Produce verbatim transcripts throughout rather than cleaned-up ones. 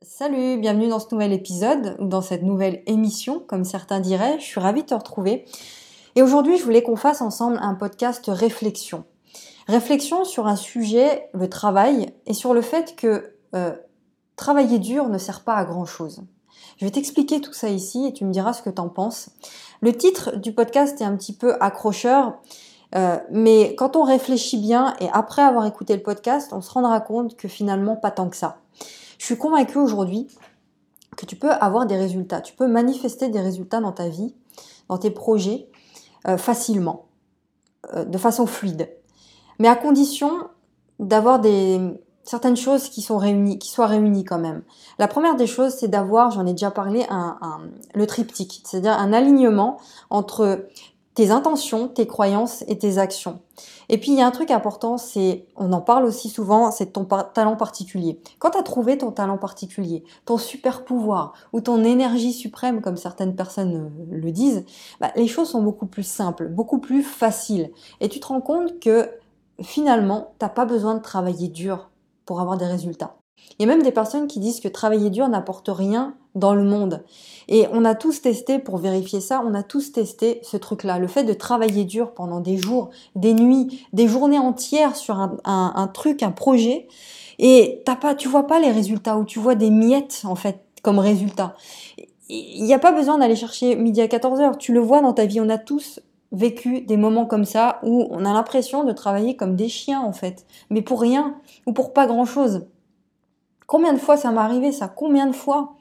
Salut, bienvenue dans ce nouvel épisode, ou dans cette nouvelle émission, comme certains diraient. Je suis ravie de te retrouver. Et aujourd'hui, je voulais qu'on fasse ensemble un podcast réflexion. Réflexion sur un sujet, le travail, et sur le fait que euh, travailler dur ne sert pas à grand-chose. Je vais t'expliquer tout ça ici et tu me diras ce que t'en penses. Le titre du podcast est un petit peu accrocheur, euh, mais quand on réfléchit bien et après avoir écouté le podcast, on se rendra compte que finalement pas tant que ça. Je suis convaincue aujourd'hui que tu peux avoir des résultats, tu peux manifester des résultats dans ta vie, dans tes projets, euh, facilement, euh, de façon fluide. Mais à condition d'avoir des, certaines choses qui, sont réunies, qui soient réunies quand même. La première des choses, c'est d'avoir, j'en ai déjà parlé, un, un, le triptyque, c'est-à-dire un alignement entre tes intentions, tes croyances et tes actions. Et puis il y a un truc important, c'est, on en parle aussi souvent, c'est ton par- talent particulier. Quand tu as trouvé ton talent particulier, ton super pouvoir ou ton énergie suprême, comme certaines personnes le disent, bah, les choses sont beaucoup plus simples, beaucoup plus faciles. Et tu te rends compte que finalement, t'as pas besoin de travailler dur pour avoir des résultats. Il y a même des personnes qui disent que travailler dur n'apporte rien dans le monde. Et on a tous testé, pour vérifier ça, on a tous testé ce truc-là. Le fait de travailler dur pendant des jours, des nuits, des journées entières sur un, un, un truc, un projet, et t'as pas, tu vois pas les résultats, ou tu vois des miettes, en fait, comme résultat. Il n'y a pas besoin d'aller chercher midi à quatorze heures. Tu le vois dans ta vie, on a tous vécu des moments comme ça où on a l'impression de travailler comme des chiens, en fait. Mais pour rien, ou pour pas grand-chose. Combien de fois ça m'est arrivé, ça? Combien de fois?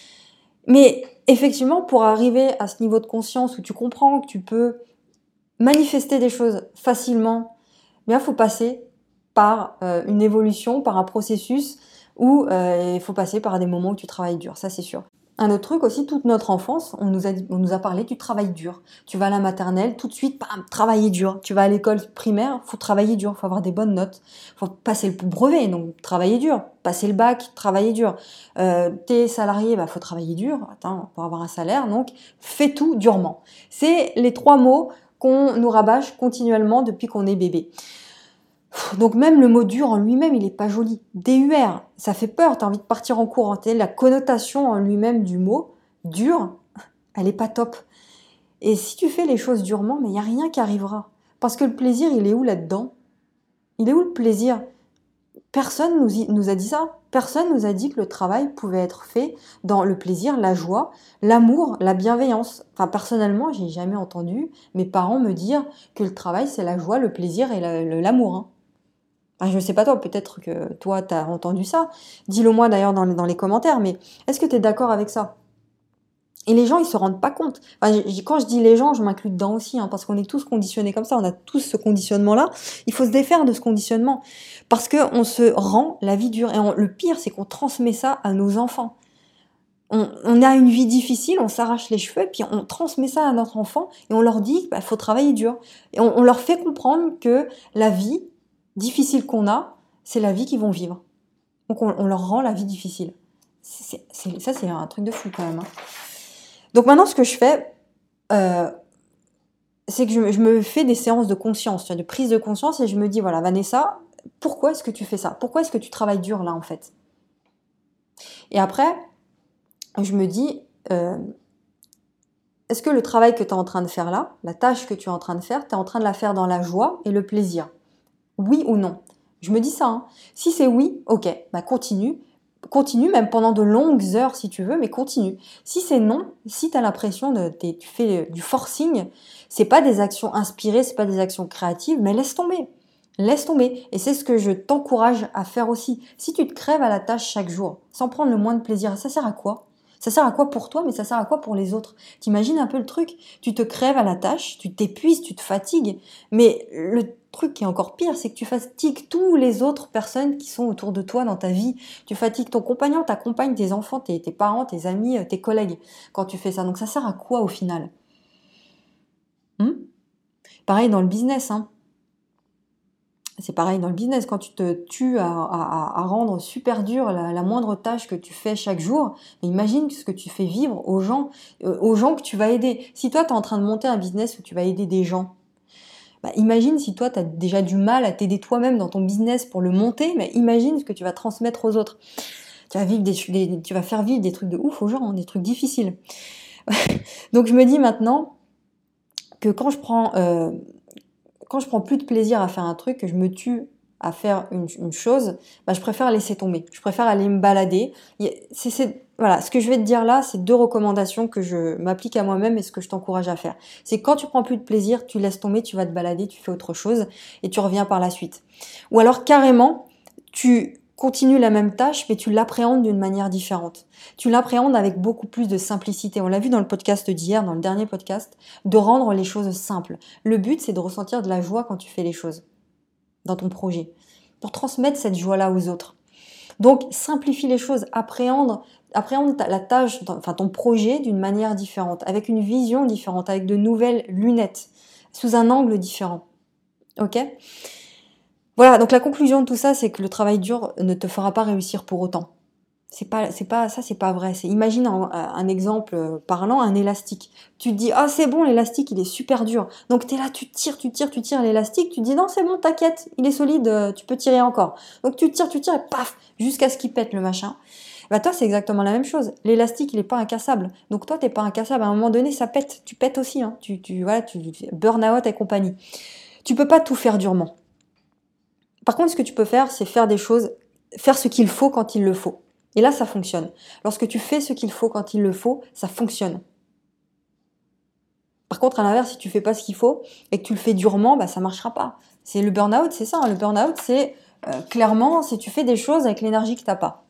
Mais effectivement, pour arriver à ce niveau de conscience où tu comprends que tu peux manifester des choses facilement, il faut passer par euh, une évolution, par un processus où euh, il faut passer par des moments où tu travailles dur, ça c'est sûr. Un autre truc aussi, toute notre enfance, on nous a, dit, on nous a parlé du travail dur. Tu vas à la maternelle, tout de suite, bam, travailler dur. Tu vas à l'école primaire, faut travailler dur, faut avoir des bonnes notes, faut passer le brevet, donc travailler dur. Passer le bac, travailler dur. Euh, t'es salarié, bah faut travailler dur, attends, pour avoir un salaire, donc fais tout durement. C'est les trois mots qu'on nous rabâche continuellement depuis qu'on est bébé. Donc même le mot dur en lui-même, il est pas joli. D U R, ça fait peur, t'as envie de partir en courant. La connotation en lui-même du mot dur, elle est pas top. Et si tu fais les choses durement, mais il y a rien qui arrivera. Parce que le plaisir, il est où là-dedans? Il est où le plaisir? Personne nous, y, nous a dit ça. Personne nous a dit que le travail pouvait être fait dans le plaisir, la joie, l'amour, la bienveillance. Enfin, personnellement, j'ai jamais entendu mes parents me dire que le travail, c'est la joie, le plaisir et la, le, l'amour. Hein. Enfin, je ne sais pas toi, peut-être que toi, tu as entendu ça. Dis-le moi d'ailleurs dans, dans les commentaires, mais est-ce que tu es d'accord avec ça? Et les gens, ils se rendent pas compte. Enfin, quand je dis les gens, je m'inclus dedans aussi, hein, parce qu'on est tous conditionnés comme ça, on a tous ce conditionnement-là. Il faut se défaire de ce conditionnement, parce qu'on se rend la vie dure. Et on, le pire, c'est qu'on transmet ça à nos enfants. On, on a une vie difficile, on s'arrache les cheveux, puis on transmet ça à notre enfant, et on leur dit qu'il bah, faut travailler dur. Et on, on leur fait comprendre que la vie difficile qu'on a, c'est la vie qu'ils vont vivre. Donc on, on leur rend la vie difficile. C'est, c'est, ça, c'est un truc de fou quand même. Hein. Donc maintenant, ce que je fais, euh, c'est que je, je me fais des séances de conscience, de prise de conscience, et je me dis, voilà, Vanessa, pourquoi est-ce que tu fais ça? Pourquoi est-ce que tu travailles dur là, en fait? Et après, je me dis, euh, est-ce que le travail que tu es en train de faire là, la tâche que tu es en train de faire, tu es en train de la faire dans la joie et le plaisir? Oui ou non? Je me dis ça. Hein. Si c'est oui, ok, bah continue. Continue, même pendant de longues heures si tu veux, mais continue. Si c'est non, si tu as l'impression de tu fais du forcing, c'est pas des actions inspirées, c'est pas des actions créatives, mais laisse tomber. Laisse tomber. Et c'est ce que je t'encourage à faire aussi. Si tu te crèves à la tâche chaque jour, sans prendre le moins de plaisir, ça sert à quoi? Ça sert à quoi pour toi, mais ça sert à quoi pour les autres? T'imagines un peu le truc? Tu te crèves à la tâche, tu t'épuises, tu te fatigues, mais le truc qui est encore pire, c'est que tu fatigues tous les autres personnes qui sont autour de toi dans ta vie. Tu fatigues ton compagnon, ta compagne, tes enfants, tes, tes parents, tes amis, tes collègues quand tu fais ça. Donc ça sert à quoi au final? hmm Pareil dans le business, hein. C'est pareil dans le business, quand tu te tues à, à, à rendre super dur la, la moindre tâche que tu fais chaque jour, imagine ce que tu fais vivre aux gens, euh, aux gens que tu vas aider. Si toi, tu es en train de monter un business où tu vas aider des gens, bah, imagine si toi, tu as déjà du mal à t'aider toi-même dans ton business pour le monter, mais imagine ce que tu vas transmettre aux autres. Tu vas vivre des, des, tu vas faire vivre des trucs de ouf aux gens, hein, des trucs difficiles. Donc je me dis maintenant que quand je prends, euh, quand je prends plus de plaisir à faire un truc, que je me tue à faire une, une chose, bah, je préfère laisser tomber. Je préfère aller me balader. C'est, c'est, voilà, ce que je vais te dire là, c'est deux recommandations que je m'applique à moi-même et ce que je t'encourage à faire. C'est quand tu prends plus de plaisir, tu laisses tomber, tu vas te balader, tu fais autre chose et tu reviens par la suite. Ou alors carrément, tu continues la même tâche, mais tu l'appréhendes d'une manière différente. Tu l'appréhendes avec beaucoup plus de simplicité. On l'a vu dans le podcast d'hier, dans le dernier podcast, de rendre les choses simples. Le but, c'est de ressentir de la joie quand tu fais les choses dans ton projet, pour transmettre cette joie-là aux autres. Donc, simplifie les choses, appréhende, appréhende ta, la tâche, enfin ton projet d'une manière différente, avec une vision différente, avec de nouvelles lunettes, sous un angle différent. Ok ? Voilà, donc la conclusion de tout ça, c'est que le travail dur ne te fera pas réussir pour autant. C'est pas, c'est pas, ça c'est pas vrai. C'est, imagine un, un exemple parlant, un élastique. Tu te dis, ah c'est bon, l'élastique il est super dur. Donc t'es là, tu tires, tu tires, tu tires l'élastique, tu te dis non c'est bon, t'inquiète, il est solide, tu peux tirer encore. Donc tu tires, tu tires et paf, jusqu'à ce qu'il pète le machin. Bah toi c'est exactement la même chose. L'élastique il est pas incassable. Donc toi t'es pas incassable. À un moment donné ça pète, tu pètes aussi. Hein. Tu, tu, voilà, tu burn out et compagnie. Tu peux pas tout faire durement. Par contre, ce que tu peux faire, c'est faire des choses, faire ce qu'il faut quand il le faut. Et là, ça fonctionne. Lorsque tu fais ce qu'il faut quand il le faut, ça fonctionne. Par contre, à l'inverse, si tu fais pas ce qu'il faut et que tu le fais durement, bah, ça marchera pas. C'est le burn-out, c'est ça. Hein. Le burn-out, c'est euh, clairement si tu fais des choses avec l'énergie que t'as pas.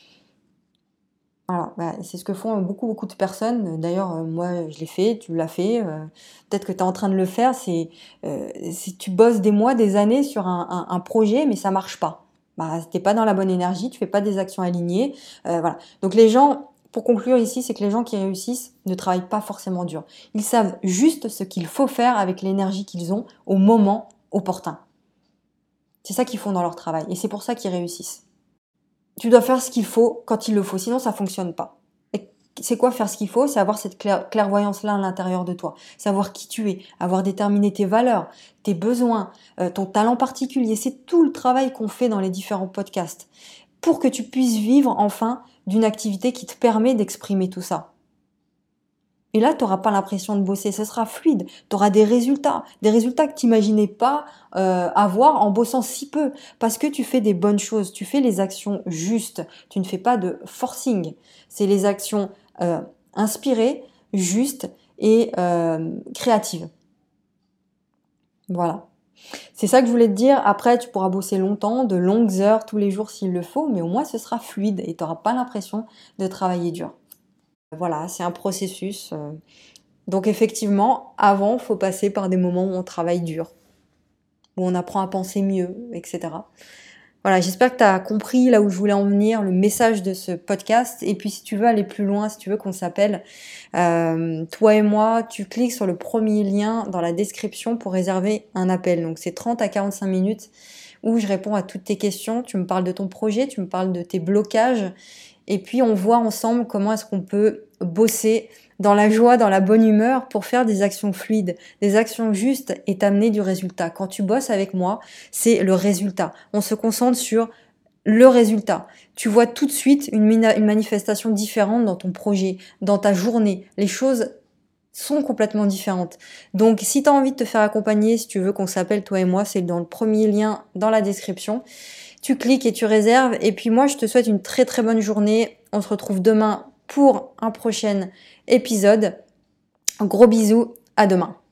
Voilà, bah, c'est ce que font beaucoup, beaucoup de personnes. D'ailleurs, euh, moi, je l'ai fait, tu l'as fait. Euh, peut-être que tu es en train de le faire. C'est euh, si tu bosses des mois, des années sur un, un, un projet, mais ça marche pas. Bah, t'es pas dans la bonne énergie, tu fais pas des actions alignées. Euh, voilà. Donc les gens, pour conclure ici, c'est que les gens qui réussissent ne travaillent pas forcément dur. Ils savent juste ce qu'il faut faire avec l'énergie qu'ils ont au moment opportun. C'est ça qu'ils font dans leur travail, et c'est pour ça qu'ils réussissent. Tu dois faire ce qu'il faut quand il le faut, sinon ça fonctionne pas. Et c'est quoi faire ce qu'il faut ? C'est avoir cette clair- clairvoyance-là à l'intérieur de toi, savoir qui tu es, avoir déterminé tes valeurs, tes besoins, euh, ton talent particulier. C'est tout le travail qu'on fait dans les différents podcasts pour que tu puisses vivre enfin d'une activité qui te permet d'exprimer tout ça. Et là, tu n'auras pas l'impression de bosser, ce sera fluide, tu auras des résultats, des résultats que tu n'imaginais pas euh, avoir en bossant si peu, parce que tu fais des bonnes choses, tu fais les actions justes, tu ne fais pas de forcing, c'est les actions euh, inspirées, justes et euh, créatives. Voilà. C'est ça que je voulais te dire. Après, tu pourras bosser longtemps, de longues heures, tous les jours s'il le faut, mais au moins ce sera fluide et tu n'auras pas l'impression de travailler dur. Voilà, c'est un processus. Donc effectivement, avant, il faut passer par des moments où on travaille dur, où on apprend à penser mieux, et cetera. Voilà, j'espère que tu as compris là où je voulais en venir, le message de ce podcast. Et puis si tu veux aller plus loin, si tu veux qu'on s'appelle, euh, toi et moi, tu cliques sur le premier lien dans la description pour réserver un appel. Donc c'est trente à quarante-cinq minutes où je réponds à toutes tes questions. Tu me parles de ton projet, tu me parles de tes blocages. Et puis on voit ensemble comment est-ce qu'on peut bosser dans la joie, dans la bonne humeur pour faire des actions fluides, des actions justes et t'amener du résultat. Quand tu bosses avec moi, c'est le résultat. On se concentre sur le résultat. Tu vois tout de suite une, mina- une manifestation différente dans ton projet, dans ta journée. Les choses sont complètement différentes. Donc si tu as envie de te faire accompagner, si tu veux qu'on s'appelle toi et moi, c'est dans le premier lien dans la description. Tu cliques et tu réserves. Et puis moi, je te souhaite une très très bonne journée. On se retrouve demain pour un prochain épisode. Gros bisous, à demain.